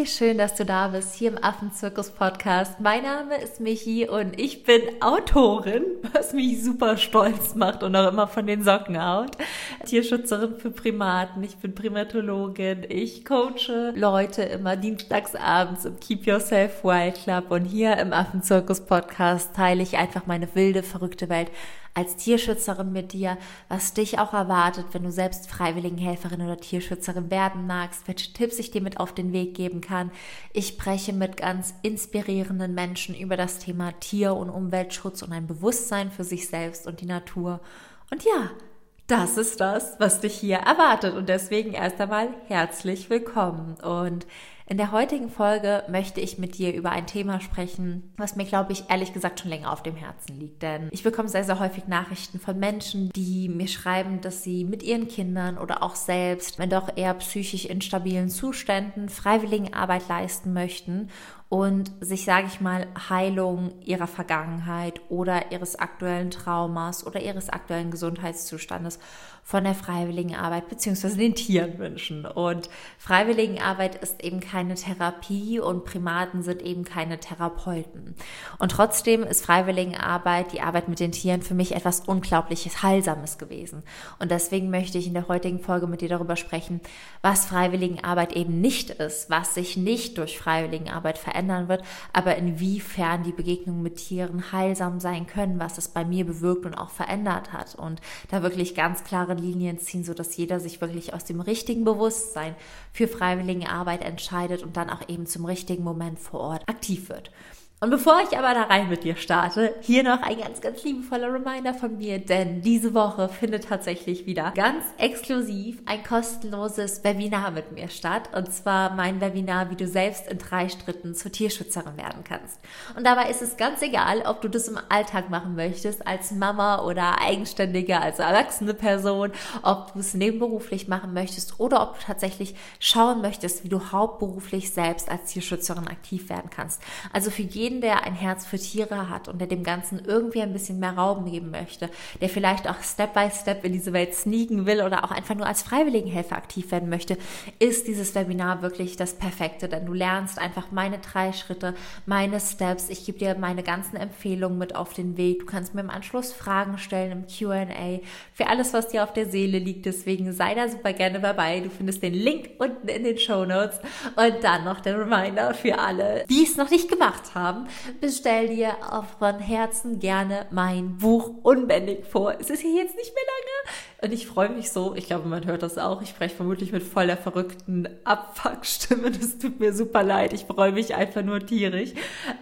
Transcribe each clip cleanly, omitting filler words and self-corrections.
Hey, schön, dass du da bist, hier im Affenzirkus-Podcast. Mein Name ist Michi und ich bin Autorin, was mich super stolz macht und auch immer von den Socken haut. Tierschützerin für Primaten, ich bin Primatologin, ich coache Leute immer dienstagsabends im Keep Yourself Wild Club und hier im Affenzirkus-Podcast teile ich einfach meine wilde, verrückte Welt als Tierschützerin mit dir, was dich auch erwartet, wenn du selbst Freiwilligenhelferin oder Tierschützerin werden magst, welche Tipps ich dir mit auf den Weg geben kann. Ich spreche mit ganz inspirierenden Menschen über das Thema Tier- und Umweltschutz und ein Bewusstsein für sich selbst und die Natur. Und ja, das ist das, was dich hier erwartet und deswegen erst einmal herzlich willkommen. Und in der heutigen Folge möchte ich mit dir über ein Thema sprechen, was mir, glaube ich, ehrlich gesagt schon länger auf dem Herzen liegt. Denn ich bekomme sehr, sehr häufig Nachrichten von Menschen, die mir schreiben, dass sie mit ihren Kindern oder auch selbst, wenn doch eher psychisch instabilen Zuständen, Freiwilligenarbeit leisten möchten und sich, sage ich mal, Heilung ihrer Vergangenheit oder ihres aktuellen Traumas oder ihres aktuellen Gesundheitszustandes von der Freiwilligenarbeit bzw. den Tieren wünschen. Und Freiwilligenarbeit ist eben keine Therapie und Primaten sind eben keine Therapeuten. Und trotzdem ist Freiwilligenarbeit, die Arbeit mit den Tieren, für mich etwas Unglaubliches, Heilsames gewesen. Und deswegen möchte ich in der heutigen Folge mit dir darüber sprechen, was Freiwilligenarbeit eben nicht ist, was sich nicht durch Freiwilligenarbeit verändern wird, aber inwiefern die Begegnungen mit Tieren heilsam sein können, was es bei mir bewirkt und auch verändert hat. Und da wirklich ganz klare Linien ziehen, sodass jeder sich wirklich aus dem richtigen Bewusstsein für Freiwilligenarbeit entscheidet und dann auch eben zum richtigen Moment vor Ort aktiv wird. Und bevor ich aber da rein mit dir starte, hier noch ein ganz, ganz liebevoller Reminder von mir, denn diese Woche findet tatsächlich wieder ganz exklusiv ein kostenloses Webinar mit mir statt. Und zwar mein Webinar, wie du selbst in 3 Schritten zur Tierschützerin werden kannst. Und dabei ist es ganz egal, ob du das im Alltag machen möchtest, als Mama oder Eigenständige, als erwachsene Person, ob du es nebenberuflich machen möchtest oder ob du tatsächlich schauen möchtest, wie du hauptberuflich selbst als Tierschützerin aktiv werden kannst. Also für jeden, der ein Herz für Tiere hat und der dem Ganzen irgendwie ein bisschen mehr Raum geben möchte, der vielleicht auch Step by Step in diese Welt sneaken will oder auch einfach nur als Freiwilligenhelfer aktiv werden möchte, ist dieses Webinar wirklich das Perfekte, denn du lernst einfach meine 3 Schritte, meine Steps, ich gebe dir meine ganzen Empfehlungen mit auf den Weg, du kannst mir im Anschluss Fragen stellen im Q&A für alles, was dir auf der Seele liegt, deswegen sei da super gerne dabei, du findest den Link unten in den Shownotes und dann noch der Reminder für alle, die es noch nicht gemacht haben, bestell dir von Herzen gerne mein Buch unbändig vor. Es ist hier jetzt nicht mehr lange und ich freue mich so, ich glaube, man hört das auch, ich spreche vermutlich mit voller verrückten Abfuckstimme, das tut mir super leid, ich freue mich einfach nur tierisch,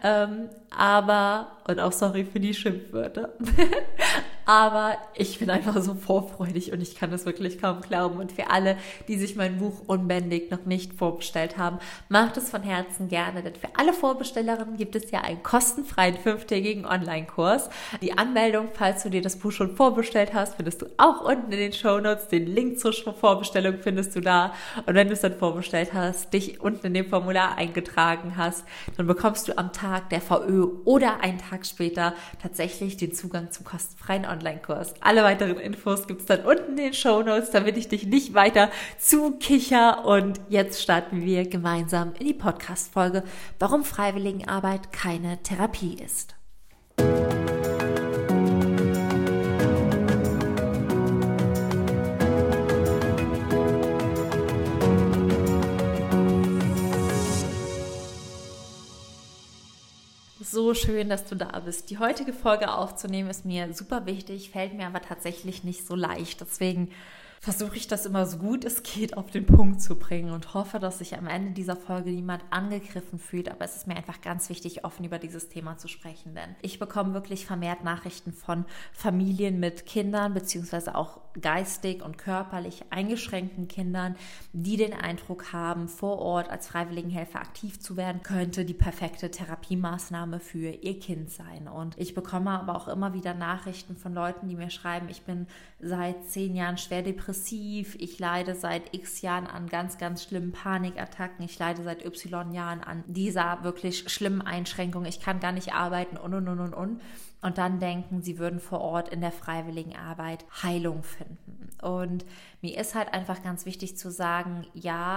und auch sorry für die Schimpfwörter, aber ich bin einfach so vorfreudig und ich kann das wirklich kaum glauben. Und für alle, die sich mein Buch unbändig noch nicht vorbestellt haben, macht es von Herzen gerne, denn für alle Vorbestellerinnen gibt es ja einen kostenfreien 5-tägigen Online-Kurs. Die Anmeldung, falls du dir das Buch schon vorbestellt hast, findest du auch unten in den Shownotes. Den Link zur Vorbestellung findest du da. Und wenn du es dann vorbestellt hast, dich unten in dem Formular eingetragen hast, dann bekommst du am Tag der VÖ oder einen Tag später tatsächlich den Zugang zum kostenfreien Online-Kurs. Alle weiteren Infos gibt's dann unten in den Shownotes, damit ich dich nicht weiter zukicher. Und jetzt starten wir gemeinsam in die Podcast-Folge, warum Freiwilligenarbeit keine Therapie ist. So schön, dass du da bist. Die heutige Folge aufzunehmen ist mir super wichtig, fällt mir aber tatsächlich nicht so leicht. Deswegen versuche ich das immer so gut es geht auf den Punkt zu bringen und hoffe, dass sich am Ende dieser Folge niemand angegriffen fühlt. Aber es ist mir einfach ganz wichtig, offen über dieses Thema zu sprechen, denn ich bekomme wirklich vermehrt Nachrichten von Familien mit Kindern beziehungsweise auch geistig und körperlich eingeschränkten Kindern, die den Eindruck haben, vor Ort als Freiwilligenhelfer aktiv zu werden, könnte die perfekte Therapiemaßnahme für ihr Kind sein. Und ich bekomme aber auch immer wieder Nachrichten von Leuten, die mir schreiben, ich bin seit 10 Jahren schwer depressiv, ich leide seit x Jahren an ganz, ganz schlimmen Panikattacken, ich leide seit y Jahren an dieser wirklich schlimmen Einschränkung, ich kann gar nicht arbeiten und. Und dann denken, sie würden vor Ort in der Freiwilligenarbeit Heilung finden. Und mir ist halt einfach ganz wichtig zu sagen, ja,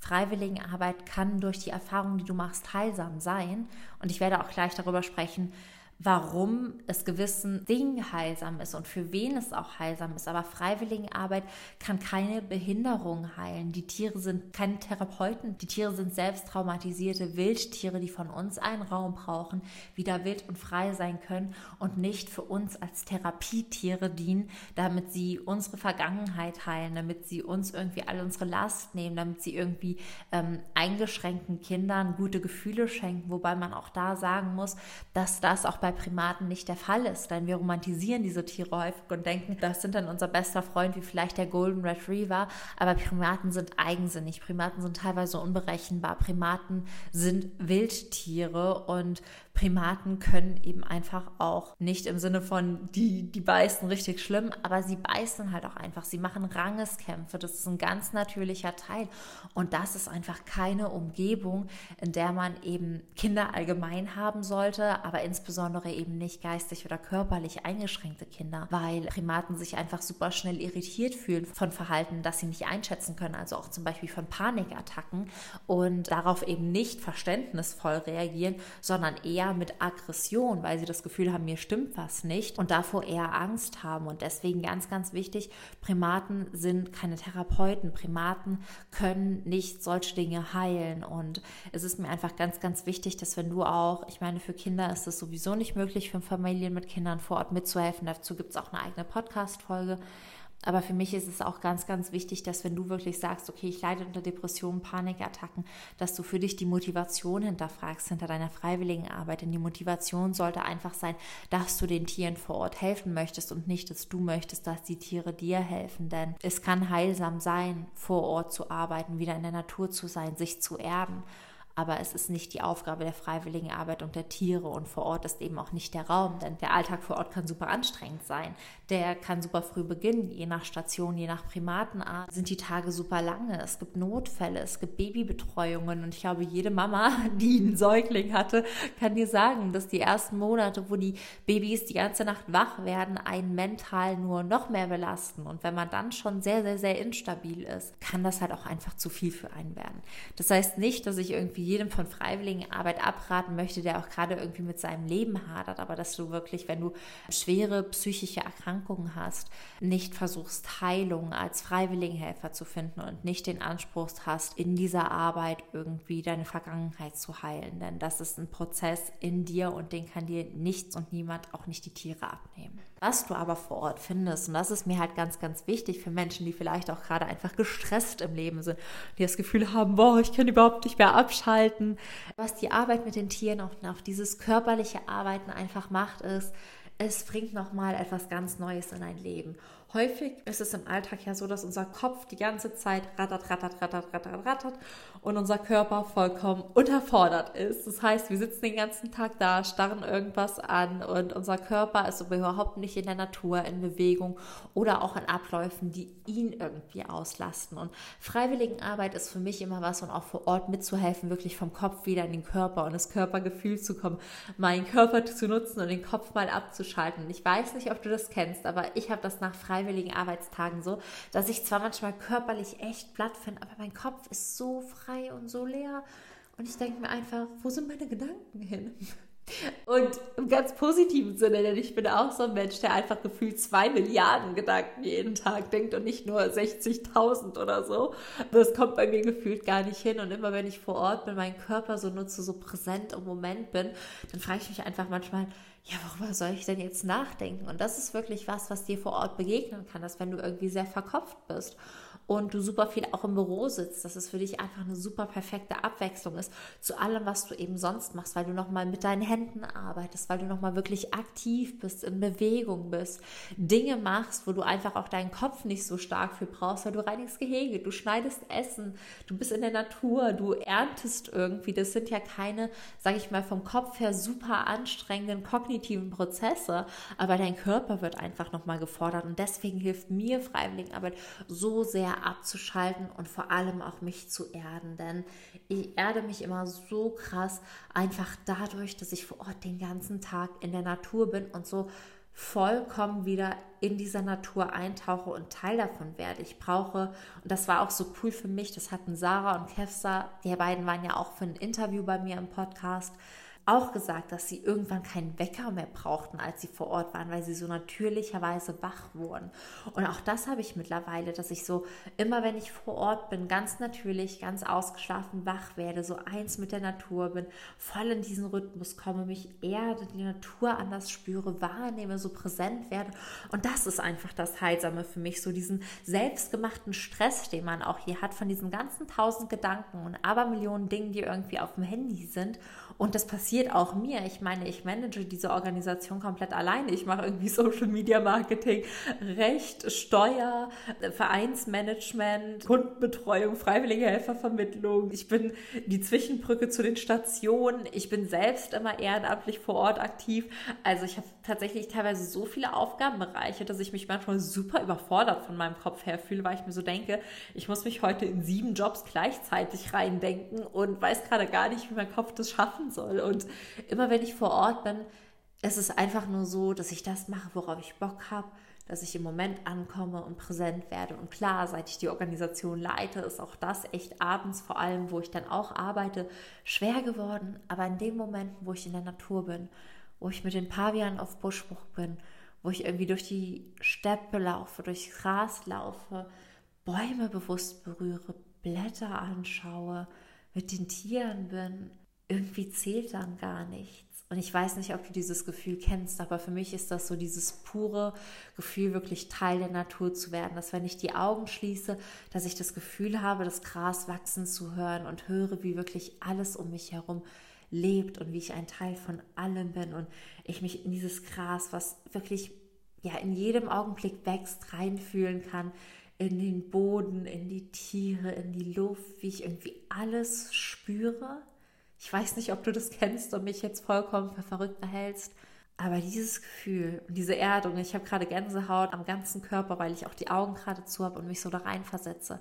Freiwilligenarbeit kann durch die Erfahrung, die du machst, heilsam sein. Und ich werde auch gleich darüber sprechen, warum es gewissen Dingen heilsam ist und für wen es auch heilsam ist. Aber Freiwilligenarbeit kann keine Behinderung heilen. Die Tiere sind keine Therapeuten. Die Tiere sind selbst traumatisierte Wildtiere, die von uns einen Raum brauchen, wieder wild und frei sein können und nicht für uns als Therapietiere dienen, damit sie unsere Vergangenheit heilen, damit sie uns irgendwie all unsere Last nehmen, damit sie irgendwie eingeschränkten Kindern gute Gefühle schenken. Wobei man auch da sagen muss, dass das auch bei Primaten nicht der Fall ist, denn wir romantisieren diese Tiere häufig und denken, das sind dann unser bester Freund, wie vielleicht der Golden Retriever, aber Primaten sind eigensinnig, Primaten sind teilweise unberechenbar, Primaten sind Wildtiere und Primaten können eben einfach auch nicht im Sinne von, die beißen richtig schlimm, aber sie beißen halt auch einfach, sie machen Rangeskämpfe, das ist ein ganz natürlicher Teil und das ist einfach keine Umgebung, in der man eben Kinder allgemein haben sollte, aber insbesondere eben nicht geistig oder körperlich eingeschränkte Kinder, weil Primaten sich einfach super schnell irritiert fühlen von Verhalten, das sie nicht einschätzen können, also auch zum Beispiel von Panikattacken und darauf eben nicht verständnisvoll reagieren, sondern eher mit Aggression, weil sie das Gefühl haben, mir stimmt was nicht und davor eher Angst haben und deswegen ganz, ganz wichtig, Primaten sind keine Therapeuten, Primaten können nicht solche Dinge heilen und es ist mir einfach ganz, ganz wichtig, dass wenn du auch, ich meine, für Kinder ist es sowieso nicht möglich, für Familien mit Kindern vor Ort mitzuhelfen, dazu gibt es auch eine eigene Podcast-Folge. Aber für mich ist es auch ganz, ganz wichtig, dass wenn du wirklich sagst, okay, ich leide unter Depressionen, Panikattacken, dass du für dich die Motivation hinterfragst hinter deiner freiwilligen Arbeit. Denn die Motivation sollte einfach sein, dass du den Tieren vor Ort helfen möchtest und nicht, dass du möchtest, dass die Tiere dir helfen. Denn es kann heilsam sein, vor Ort zu arbeiten, wieder in der Natur zu sein, sich zu erden. Aber es ist nicht die Aufgabe der freiwilligen Arbeit und der Tiere und vor Ort ist eben auch nicht der Raum, denn der Alltag vor Ort kann super anstrengend sein. Der kann super früh beginnen, je nach Station, je nach Primatenart sind die Tage super lange. Es gibt Notfälle, es gibt Babybetreuungen und ich glaube, jede Mama, die einen Säugling hatte, kann dir sagen, dass die ersten Monate, wo die Babys die ganze Nacht wach werden, einen mental nur noch mehr belasten und wenn man dann schon sehr, sehr, sehr instabil ist, kann das halt auch einfach zu viel für einen werden. Das heißt nicht, dass ich irgendwie jedem von Freiwilligenarbeit abraten möchte, der auch gerade irgendwie mit seinem Leben hadert, aber dass du wirklich, wenn du schwere psychische Erkrankungen hast, nicht versuchst, Heilung als Freiwilligenhelfer zu finden und nicht den Anspruch hast, in dieser Arbeit irgendwie deine Vergangenheit zu heilen, denn das ist ein Prozess in dir und den kann dir nichts und niemand, auch nicht die Tiere, abnehmen. Was du aber vor Ort findest, und das ist mir halt ganz, ganz wichtig für Menschen, die vielleicht auch gerade einfach gestresst im Leben sind, die das Gefühl haben, boah, ich kann überhaupt nicht mehr abschalten. Was die Arbeit mit den Tieren auch dieses körperliche Arbeiten einfach macht, ist, es bringt nochmal etwas ganz Neues in dein Leben. Häufig ist es im Alltag ja so, dass unser Kopf die ganze Zeit rattert und unser Körper vollkommen unterfordert ist. Das heißt, wir sitzen den ganzen Tag da, starren irgendwas an und unser Körper ist aber überhaupt nicht in der Natur, in Bewegung oder auch in Abläufen, die ihn irgendwie auslasten. Und Freiwilligenarbeit ist für mich immer was und auch vor Ort mitzuhelfen, wirklich vom Kopf wieder in den Körper und das Körpergefühl zu kommen, meinen Körper zu nutzen und den Kopf mal abzuschalten. Ich weiß nicht, ob du das kennst, aber ich habe das nach freiwilligen Arbeitstagen so, dass ich zwar manchmal körperlich echt platt finde, aber mein Kopf ist so frei und so leer und ich denke mir einfach, wo sind meine Gedanken hin? Und im ganz positiven Sinne, denn ich bin auch so ein Mensch, der einfach gefühlt 2 Milliarden Gedanken jeden Tag denkt und nicht nur 60.000 oder so. Das kommt bei mir gefühlt gar nicht hin und immer wenn ich vor Ort bin, meinen Körper so nutze, so präsent im Moment bin, dann frage ich mich einfach manchmal, ja, worüber soll ich denn jetzt nachdenken? Und das ist wirklich was dir vor Ort begegnen kann, dass wenn du irgendwie sehr verkopft bist und du super viel auch im Büro sitzt, dass es für dich einfach eine super perfekte Abwechslung ist zu allem, was du eben sonst machst, weil du nochmal mit deinen Händen arbeitest, weil du nochmal wirklich aktiv bist, in Bewegung bist, Dinge machst, wo du einfach auch deinen Kopf nicht so stark für brauchst, weil du reinigst Gehege, du schneidest Essen, du bist in der Natur, du erntest irgendwie. Das sind ja keine, sage ich mal, vom Kopf her super anstrengenden kognitiven Prozesse, aber dein Körper wird einfach nochmal gefordert und deswegen hilft mir Freiwilligenarbeit so sehr abzuschalten und vor allem auch mich zu erden, denn ich erde mich immer so krass einfach dadurch, dass ich vor Ort den ganzen Tag in der Natur bin und so vollkommen wieder in dieser Natur eintauche und Teil davon werde. Ich brauche, und das war auch so cool für mich, das hatten Sarah und Kevsa, die beiden waren ja auch für ein Interview bei mir im Podcast, auch gesagt, dass sie irgendwann keinen Wecker mehr brauchten, als sie vor Ort waren, weil sie so natürlicherweise wach wurden. Und auch das habe ich mittlerweile, dass ich so immer, wenn ich vor Ort bin, ganz natürlich, ganz ausgeschlafen wach werde, so eins mit der Natur bin, voll in diesen Rhythmus komme, mich erde, die Natur anders spüre, wahrnehme, so präsent werde. Und das ist einfach das Heilsame für mich, so diesen selbstgemachten Stress, den man auch hier hat, von diesen ganzen 1000 Gedanken und Abermillionen Dingen, die irgendwie auf dem Handy sind. Und das passiert auch mir. Ich meine, ich manage diese Organisation komplett alleine. Ich mache irgendwie Social Media Marketing, Recht, Steuer, Vereinsmanagement, Kundenbetreuung, freiwillige Helfervermittlung. Ich bin die Zwischenbrücke zu den Stationen. Ich bin selbst immer ehrenamtlich vor Ort aktiv. Also ich habe tatsächlich teilweise so viele Aufgabenbereiche, dass ich mich manchmal super überfordert von meinem Kopf her fühle, weil ich mir so denke, ich muss mich heute in 7 Jobs gleichzeitig reindenken und weiß gerade gar nicht, wie mein Kopf das schaffen soll. Und immer wenn ich vor Ort bin, es ist einfach nur so, dass ich das mache, worauf ich Bock habe, dass ich im Moment ankomme und präsent werde. Und klar, seit ich die Organisation leite, ist auch das echt abends, vor allem, wo ich dann auch arbeite, schwer geworden. Aber in den Momenten, wo ich in der Natur bin, wo ich mit den Pavianen auf Buschbuch bin, wo ich irgendwie durch die Steppe laufe, durchs Gras laufe, Bäume bewusst berühre, Blätter anschaue, mit den Tieren bin, irgendwie zählt dann gar nichts. Und ich weiß nicht, ob du dieses Gefühl kennst, aber für mich ist das so dieses pure Gefühl, wirklich Teil der Natur zu werden. Dass wenn ich die Augen schließe, dass ich das Gefühl habe, das Gras wachsen zu hören und höre, wie wirklich alles um mich herum lebt und wie ich ein Teil von allem bin und ich mich in dieses Gras, was wirklich ja in jedem Augenblick wächst, reinfühlen kann, in den Boden, in die Tiere, in die Luft, wie ich irgendwie alles spüre. Ich weiß nicht, ob du das kennst und mich jetzt vollkommen für verrückt hältst, aber dieses Gefühl und diese Erdung, ich habe gerade Gänsehaut am ganzen Körper, weil ich auch die Augen gerade zu habe und mich so da rein versetze.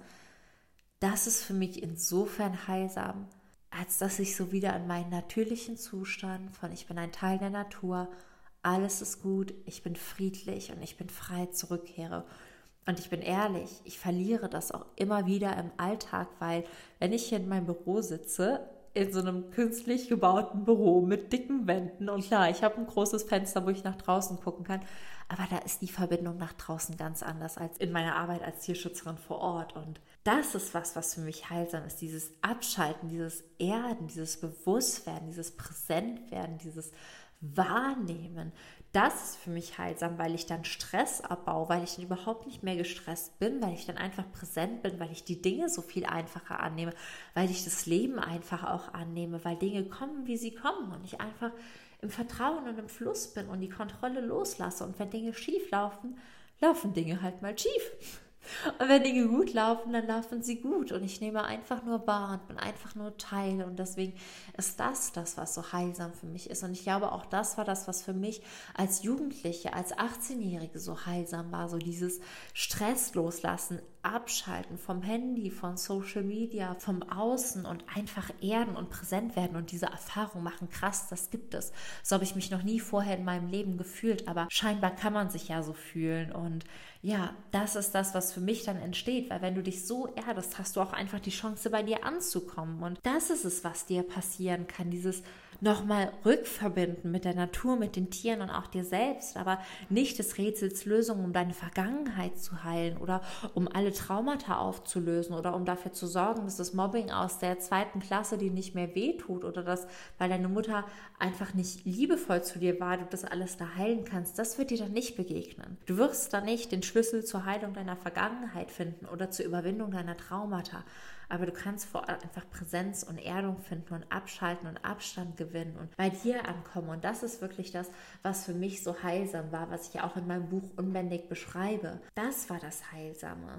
Das ist für mich insofern heilsam, als dass ich so wieder in meinen natürlichen Zustand von ich bin ein Teil der Natur, alles ist gut, ich bin friedlich und ich bin frei zurückkehre. Und ich bin ehrlich, ich verliere das auch immer wieder im Alltag, weil wenn ich hier in meinem Büro sitze, in so einem künstlich gebauten Büro mit dicken Wänden und klar, ich habe ein großes Fenster, wo ich nach draußen gucken kann, aber da ist die Verbindung nach draußen ganz anders als in meiner Arbeit als Tierschützerin vor Ort und das ist was für mich heilsam ist, dieses Abschalten, dieses Erden, dieses Bewusstwerden, dieses Präsentwerden, dieses Wahrnehmen, das ist für mich heilsam, weil ich dann Stress abbaue, weil ich dann überhaupt nicht mehr gestresst bin, weil ich dann einfach präsent bin, weil ich die Dinge so viel einfacher annehme, weil ich das Leben einfach auch annehme, weil Dinge kommen, wie sie kommen und ich einfach im Vertrauen und im Fluss bin und die Kontrolle loslasse und wenn Dinge schief laufen, laufen Dinge halt mal schief. Und wenn Dinge gut laufen, dann laufen sie gut. Und ich nehme einfach nur wahr und bin einfach nur Teil. Und deswegen ist das, was so heilsam für mich ist. Und ich glaube, auch das war das, was für mich als Jugendliche, als 18-Jährige so heilsam war. So dieses Stress loslassen, abschalten vom Handy, von Social Media, vom Außen und einfach erden und präsent werden und diese Erfahrung machen. Krass, das gibt es. So habe ich mich noch nie vorher in meinem Leben gefühlt. Aber scheinbar kann man sich ja so fühlen. Und ja, das ist das, was für mich dann entsteht, weil wenn du dich so erdest, hast du auch einfach die Chance, bei dir anzukommen und das ist es, was dir passieren kann, dieses nochmal rückverbinden mit der Natur, mit den Tieren und auch dir selbst, aber nicht des Rätsels Lösung, um deine Vergangenheit zu heilen oder um alle Traumata aufzulösen oder um dafür zu sorgen, dass das Mobbing aus der 2. Klasse dir nicht mehr wehtut oder dass, weil deine Mutter einfach nicht liebevoll zu dir war, du das alles da heilen kannst, das wird dir dann nicht begegnen. Du wirst da nicht den Schlüssel zur Heilung deiner Vergangenheit finden oder zur Überwindung deiner Traumata, aber du kannst vor allem einfach Präsenz und Erdung finden und abschalten und Abstand gewinnen und bei dir ankommen und das ist wirklich das, was für mich so heilsam war, was ich auch in meinem Buch Unbändig beschreibe. Das war das Heilsame.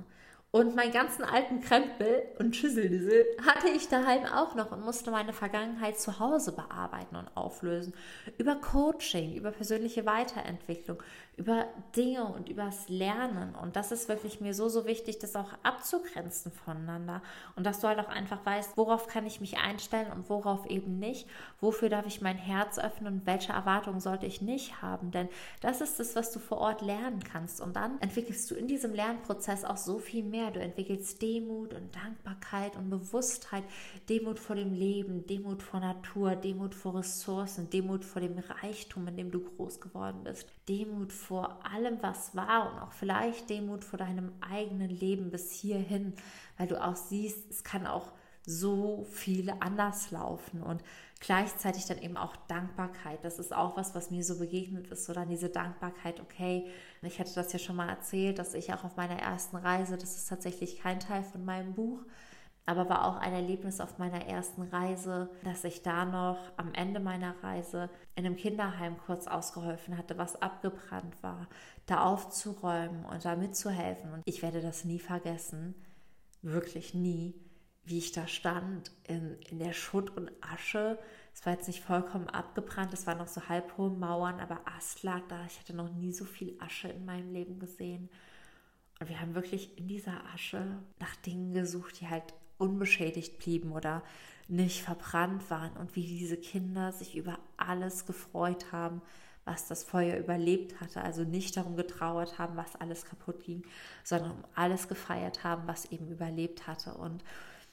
Und meinen ganzen alten Krempel und Schüsseldüssel hatte ich daheim auch noch und musste meine Vergangenheit zu Hause bearbeiten und auflösen. Über Coaching, über persönliche Weiterentwicklung, über Dinge und übers Lernen. Und das ist wirklich mir so, so wichtig, das auch abzugrenzen voneinander. Und dass du halt auch einfach weißt, worauf kann ich mich einstellen und worauf eben nicht. Wofür darf ich mein Herz öffnen und welche Erwartungen sollte ich nicht haben. Denn das ist das, was du vor Ort lernen kannst. Und dann entwickelst du in diesem Lernprozess auch so viel mehr. Du entwickelst Demut und Dankbarkeit und Bewusstheit, Demut vor dem Leben, Demut vor Natur, Demut vor Ressourcen, Demut vor dem Reichtum, in dem du groß geworden bist, Demut vor allem, was war und auch vielleicht Demut vor deinem eigenen Leben bis hierhin, weil du auch siehst, es kann auch so viel anders laufen und gleichzeitig dann eben auch Dankbarkeit. Das ist auch was mir so begegnet ist, so dann diese Dankbarkeit, okay, ich hatte das ja schon mal erzählt, dass ich auch auf meiner ersten Reise, das ist tatsächlich kein Teil von meinem Buch, aber war auch ein Erlebnis auf meiner ersten Reise, dass ich da noch am Ende meiner Reise in einem Kinderheim kurz ausgeholfen hatte, was abgebrannt war, da aufzuräumen und da mitzuhelfen. Und ich werde das nie vergessen, wirklich nie, wie ich da stand in der Schutt und Asche. Es war jetzt nicht vollkommen abgebrannt, es waren noch so halbhohe Mauern, aber Ast lag da. Ich hatte noch nie so viel Asche in meinem Leben gesehen. Und wir haben wirklich in dieser Asche nach Dingen gesucht, die halt unbeschädigt blieben oder nicht verbrannt waren. Und wie diese Kinder sich über alles gefreut haben, was das Feuer überlebt hatte. Also nicht darum getrauert haben, was alles kaputt ging, sondern um alles gefeiert haben, was eben überlebt hatte. Und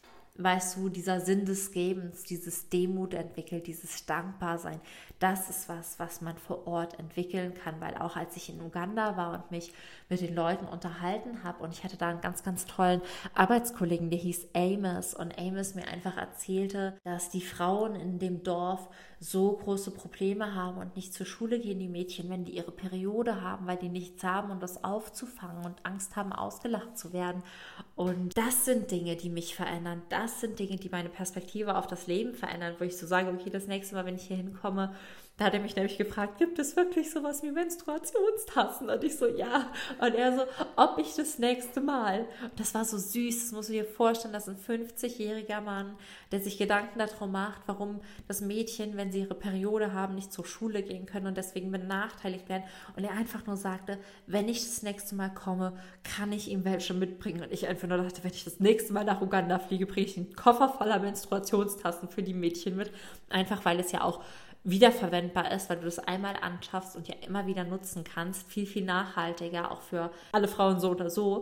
weißt du, dieser Sinn des Gebens, dieses Demut entwickelt, dieses Dankbarsein, das ist was man vor Ort entwickeln kann, weil auch als ich in Uganda war und mich mit den Leuten unterhalten habe und ich hatte da einen ganz, ganz tollen Arbeitskollegen, der hieß Amos und Amos mir einfach erzählte, dass die Frauen in dem Dorf so große Probleme haben und nicht zur Schule gehen, die Mädchen, wenn die ihre Periode haben, weil die nichts haben, um das aufzufangen und Angst haben, ausgelacht zu werden. Und das sind Dinge, die mich verändern. Das sind Dinge, die meine Perspektive auf das Leben verändern, wo ich so sage, okay, das nächste Mal, wenn ich hier hinkomme, da hat er mich nämlich gefragt, gibt es wirklich sowas wie Menstruationstassen? Und ich so, ja. Und er so, ob ich das nächste Mal. Und das war so süß, das musst du dir vorstellen, dass ein 50-jähriger Mann, der sich Gedanken darum macht, warum das Mädchen, wenn sie ihre Periode haben, nicht zur Schule gehen können und deswegen benachteiligt werden. Und er einfach nur sagte, wenn ich das nächste Mal komme, kann ich ihm welche mitbringen. Und ich einfach nur dachte, wenn ich das nächste Mal nach Uganda fliege, bringe ich einen Koffer voller Menstruationstassen für die Mädchen mit. Einfach weil es ja auch wiederverwendbar ist, weil du das einmal anschaffst und ja immer wieder nutzen kannst. Viel, viel nachhaltiger, auch für alle Frauen so oder so,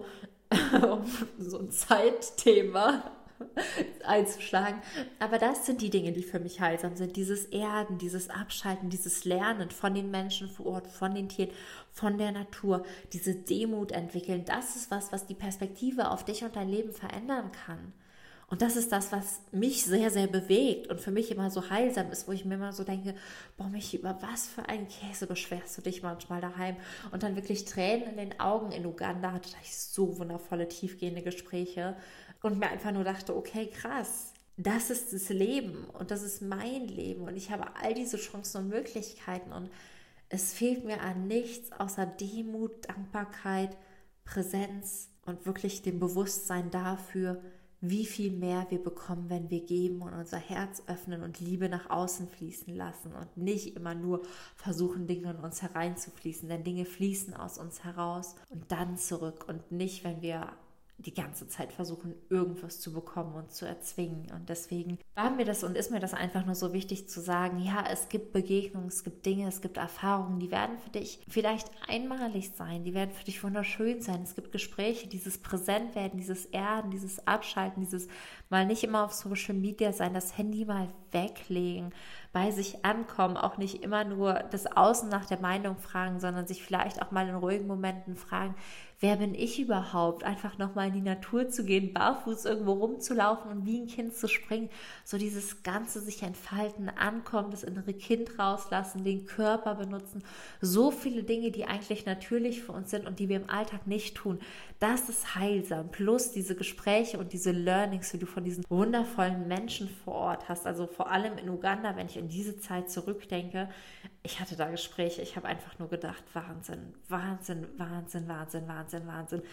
um so ein Zeitthema einzuschlagen. Aber das sind die Dinge, die für mich heilsam sind. Dieses Erden, dieses Abschalten, dieses Lernen von den Menschen vor Ort, von den Tieren, von der Natur, diese Demut entwickeln. Das ist was die Perspektive auf dich und dein Leben verändern kann. Und das ist das, was mich sehr, sehr bewegt und für mich immer so heilsam ist, wo ich mir immer so denke, boah, Michi, über was für einen Käse beschwerst du dich manchmal daheim? Und dann wirklich Tränen in den Augen in Uganda hatte ich so wundervolle, tiefgehende Gespräche und mir einfach nur dachte, okay, krass, das ist das Leben und das ist mein Leben und ich habe all diese Chancen und Möglichkeiten und es fehlt mir an nichts außer Demut, Dankbarkeit, Präsenz und wirklich dem Bewusstsein dafür, wie viel mehr wir bekommen, wenn wir geben und unser Herz öffnen und Liebe nach außen fließen lassen und nicht immer nur versuchen, Dinge in uns hereinzufließen, denn Dinge fließen aus uns heraus und dann zurück und nicht, wenn wir die ganze Zeit versuchen, irgendwas zu bekommen und zu erzwingen. Und deswegen war mir das und ist mir das einfach nur so wichtig zu sagen, ja, es gibt Begegnungen, es gibt Dinge, es gibt Erfahrungen, die werden für dich vielleicht einmalig sein, die werden für dich wunderschön sein. Es gibt Gespräche, dieses Präsentwerden, dieses Erden, dieses Abschalten, dieses mal nicht immer auf Social Media sein, das Handy mal weglegen, bei sich ankommen, auch nicht immer nur das Außen nach der Meinung fragen, sondern sich vielleicht auch mal in ruhigen Momenten fragen, wer bin ich überhaupt? Einfach nochmal in die Natur zu gehen, barfuß irgendwo rumzulaufen und wie ein Kind zu springen. So dieses ganze sich entfalten, ankommen, das innere Kind rauslassen, den Körper benutzen. So viele Dinge, die eigentlich natürlich für uns sind und die wir im Alltag nicht tun. Das ist heilsam. Plus diese Gespräche und diese Learnings, die du von diesen wundervollen Menschen vor Ort hast. Also vor allem in Uganda, wenn ich in diese Zeit zurückdenke, ich hatte da Gespräche, ich habe einfach nur gedacht, Wahnsinn, Wahnsinn, Wahnsinn, Wahnsinn, Wahnsinn, Wahnsinn.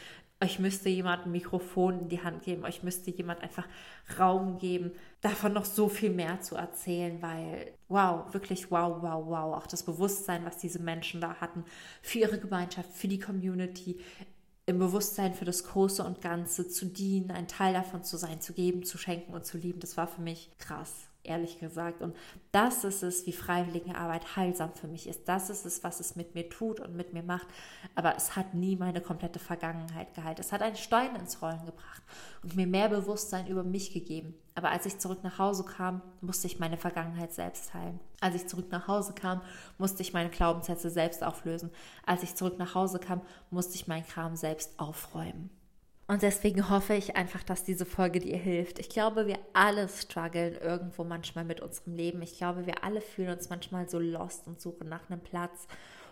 euch müsste jemand ein Mikrofon in die Hand geben, euch müsste jemand einfach Raum geben, davon noch so viel mehr zu erzählen, weil wow, wirklich wow, wow, wow, auch das Bewusstsein, was diese Menschen da hatten, für ihre Gemeinschaft, für die Community, im Bewusstsein für das Große und Ganze zu dienen, ein Teil davon zu sein, zu geben, zu schenken und zu lieben, das war für mich krass, ehrlich gesagt. Und das ist es, wie Freiwilligenarbeit heilsam für mich ist. Das ist es, was es mit mir tut und mit mir macht. Aber es hat nie meine komplette Vergangenheit geheilt. Es hat einen Stein ins Rollen gebracht und mir mehr Bewusstsein über mich gegeben. Aber als ich zurück nach Hause kam, musste ich meine Vergangenheit selbst heilen. Als ich zurück nach Hause kam, musste ich meine Glaubenssätze selbst auflösen. Als ich zurück nach Hause kam, musste ich meinen Kram selbst aufräumen. Und deswegen hoffe ich einfach, dass diese Folge dir hilft. Ich glaube, wir alle strugglen irgendwo manchmal mit unserem Leben. Ich glaube, wir alle fühlen uns manchmal so lost und suchen nach einem Platz.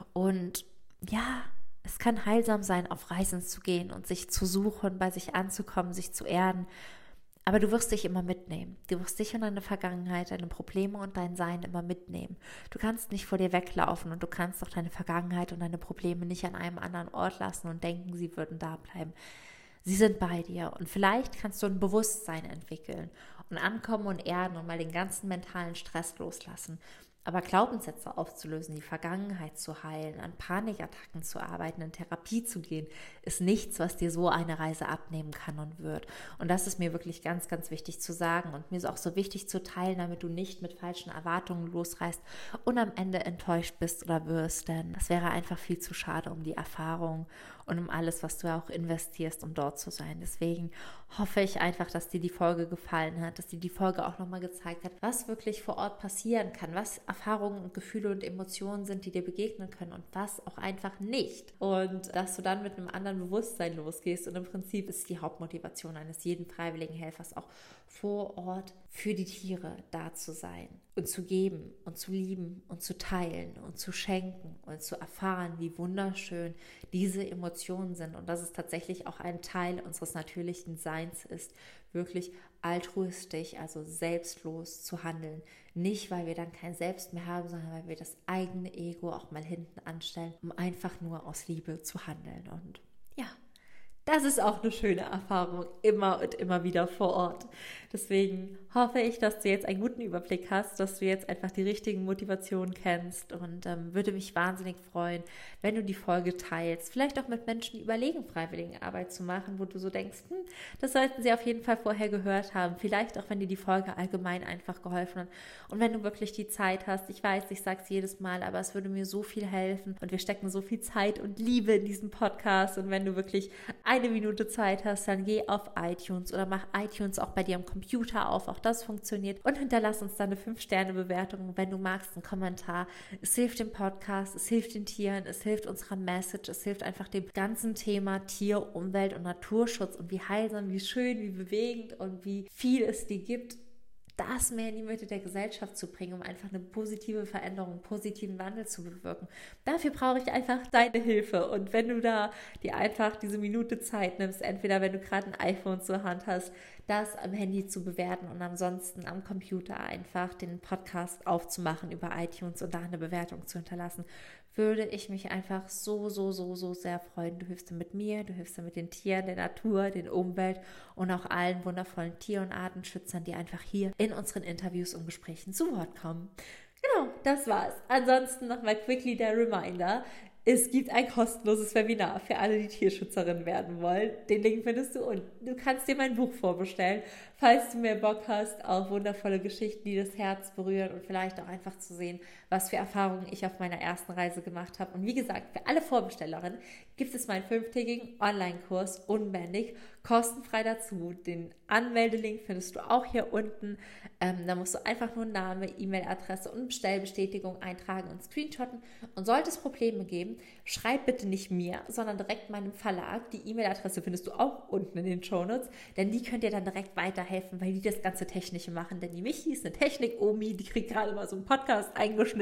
Und ja, es kann heilsam sein, auf Reisen zu gehen und sich zu suchen, bei sich anzukommen, sich zu erden. Aber du wirst dich immer mitnehmen. Du wirst dich und deine Vergangenheit, deine Probleme und dein Sein immer mitnehmen. Du kannst nicht vor dir weglaufen und du kannst auch deine Vergangenheit und deine Probleme nicht an einem anderen Ort lassen und denken, sie würden da bleiben. Sie sind bei dir und vielleicht kannst du ein Bewusstsein entwickeln und ankommen und erden und mal den ganzen mentalen Stress loslassen. Aber Glaubenssätze aufzulösen, die Vergangenheit zu heilen, an Panikattacken zu arbeiten, in Therapie zu gehen, ist nichts, was dir so eine Reise abnehmen kann und wird. Und das ist mir wirklich ganz, ganz wichtig zu sagen und mir ist auch so wichtig zu teilen, damit du nicht mit falschen Erwartungen losreißt und am Ende enttäuscht bist oder wirst, denn das wäre einfach viel zu schade um die Erfahrung und um alles, was du auch investierst, um dort zu sein. Deswegen hoffe ich einfach, dass dir die Folge gefallen hat, dass dir die Folge auch nochmal gezeigt hat, was wirklich vor Ort passieren kann, was Erfahrungen und Gefühle und Emotionen sind, die dir begegnen können und was auch einfach nicht. Und dass du dann mit einem anderen Bewusstsein losgehst und im Prinzip ist die Hauptmotivation eines jeden freiwilligen Helfers auch vor Ort für die Tiere da zu sein und zu geben und zu lieben und zu teilen und zu schenken und zu erfahren, wie wunderschön diese Emotionen sind und dass es tatsächlich auch ein Teil unseres natürlichen Seins ist, wirklich altruistisch, also selbstlos zu handeln. Nicht, weil wir dann kein Selbst mehr haben, sondern weil wir das eigene Ego auch mal hinten anstellen, um einfach nur aus Liebe zu handeln. Und ja, das ist auch eine schöne Erfahrung, immer und immer wieder vor Ort. Deswegen hoffe ich, dass du jetzt einen guten Überblick hast, dass du jetzt einfach die richtigen Motivationen kennst und würde mich wahnsinnig freuen, wenn du die Folge teilst. Vielleicht auch mit Menschen, die überlegen, Freiwilligenarbeit zu machen, wo du so denkst, das sollten sie auf jeden Fall vorher gehört haben. Vielleicht auch, wenn dir die Folge allgemein einfach geholfen hat. Und wenn du wirklich die Zeit hast, ich weiß, ich sage es jedes Mal, aber es würde mir so viel helfen und wir stecken so viel Zeit und Liebe in diesen Podcast und wenn du wirklich eine Minute Zeit hast, dann geh auf iTunes oder mach iTunes auch bei dir am Computer auf, auch das funktioniert und hinterlass uns dann eine 5-Sterne-Bewertung, wenn du magst, einen Kommentar. Es hilft dem Podcast, es hilft den Tieren, es hilft unserer Message, es hilft einfach dem ganzen Thema Tier, Umwelt und Naturschutz und wie heilsam, wie schön, wie bewegend und wie viel es dir gibt, das mehr in die Mitte der Gesellschaft zu bringen, um einfach eine positive Veränderung, einen positiven Wandel zu bewirken. Dafür brauche ich einfach deine Hilfe. Und wenn du da dir einfach diese Minute Zeit nimmst, entweder wenn du gerade ein iPhone zur Hand hast, das am Handy zu bewerten und ansonsten am Computer einfach den Podcast aufzumachen über iTunes und da eine Bewertung zu hinterlassen, würde ich mich einfach so sehr freuen. Du hilfst dir mit mir, du hilfst dir mit den Tieren, der Natur, der Umwelt und auch allen wundervollen Tier- und Artenschützern, die einfach hier in unseren Interviews und Gesprächen zu Wort kommen. Genau, das war's. Ansonsten nochmal quickly der Reminder. Es gibt ein kostenloses Webinar für alle, die Tierschützerin werden wollen. Den Link findest du unten. Du kannst dir mein Buch vorbestellen, falls du mehr Bock hast auf wundervolle Geschichten, die das Herz berühren und vielleicht auch einfach zu sehen, was für Erfahrungen ich auf meiner ersten Reise gemacht habe. Und wie gesagt, für alle Vorbestellerinnen gibt es meinen 5-tägigen Online-Kurs unbändig, kostenfrei dazu. Den Anmeldelink findest du auch hier unten. Da musst du einfach nur Name, E-Mail-Adresse und Bestellbestätigung eintragen und screenshotten. Und sollte es Probleme geben, schreib bitte nicht mir, sondern direkt meinem Verlag. Die E-Mail-Adresse findest du auch unten in den Shownotes, denn die könnt ihr dann direkt weiterhelfen, weil die das ganze Technische machen. Denn die Michi ist eine Technik-Omi, die kriegt gerade mal so einen Podcast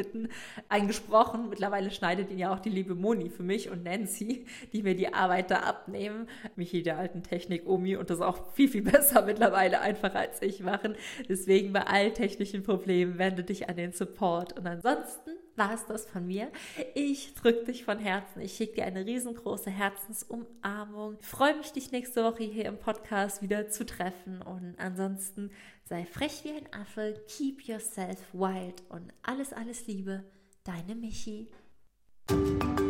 eingesprochen. Mittlerweile schneidet ihn ja auch die liebe Moni für mich und Nancy, die mir die Arbeit da abnehmen. Michi, der alten Technik-Omi, und das auch viel besser mittlerweile einfacher als ich machen. Deswegen bei allen technischen Problemen wende dich an den Support. Und ansonsten war es das von mir. Ich drücke dich von Herzen. Ich schicke dir eine riesengroße Herzensumarmung. Ich freue mich, dich nächste Woche hier im Podcast wieder zu treffen. Und ansonsten sei frech wie ein Affe, keep yourself wild und alles, alles Liebe. Deine Michi.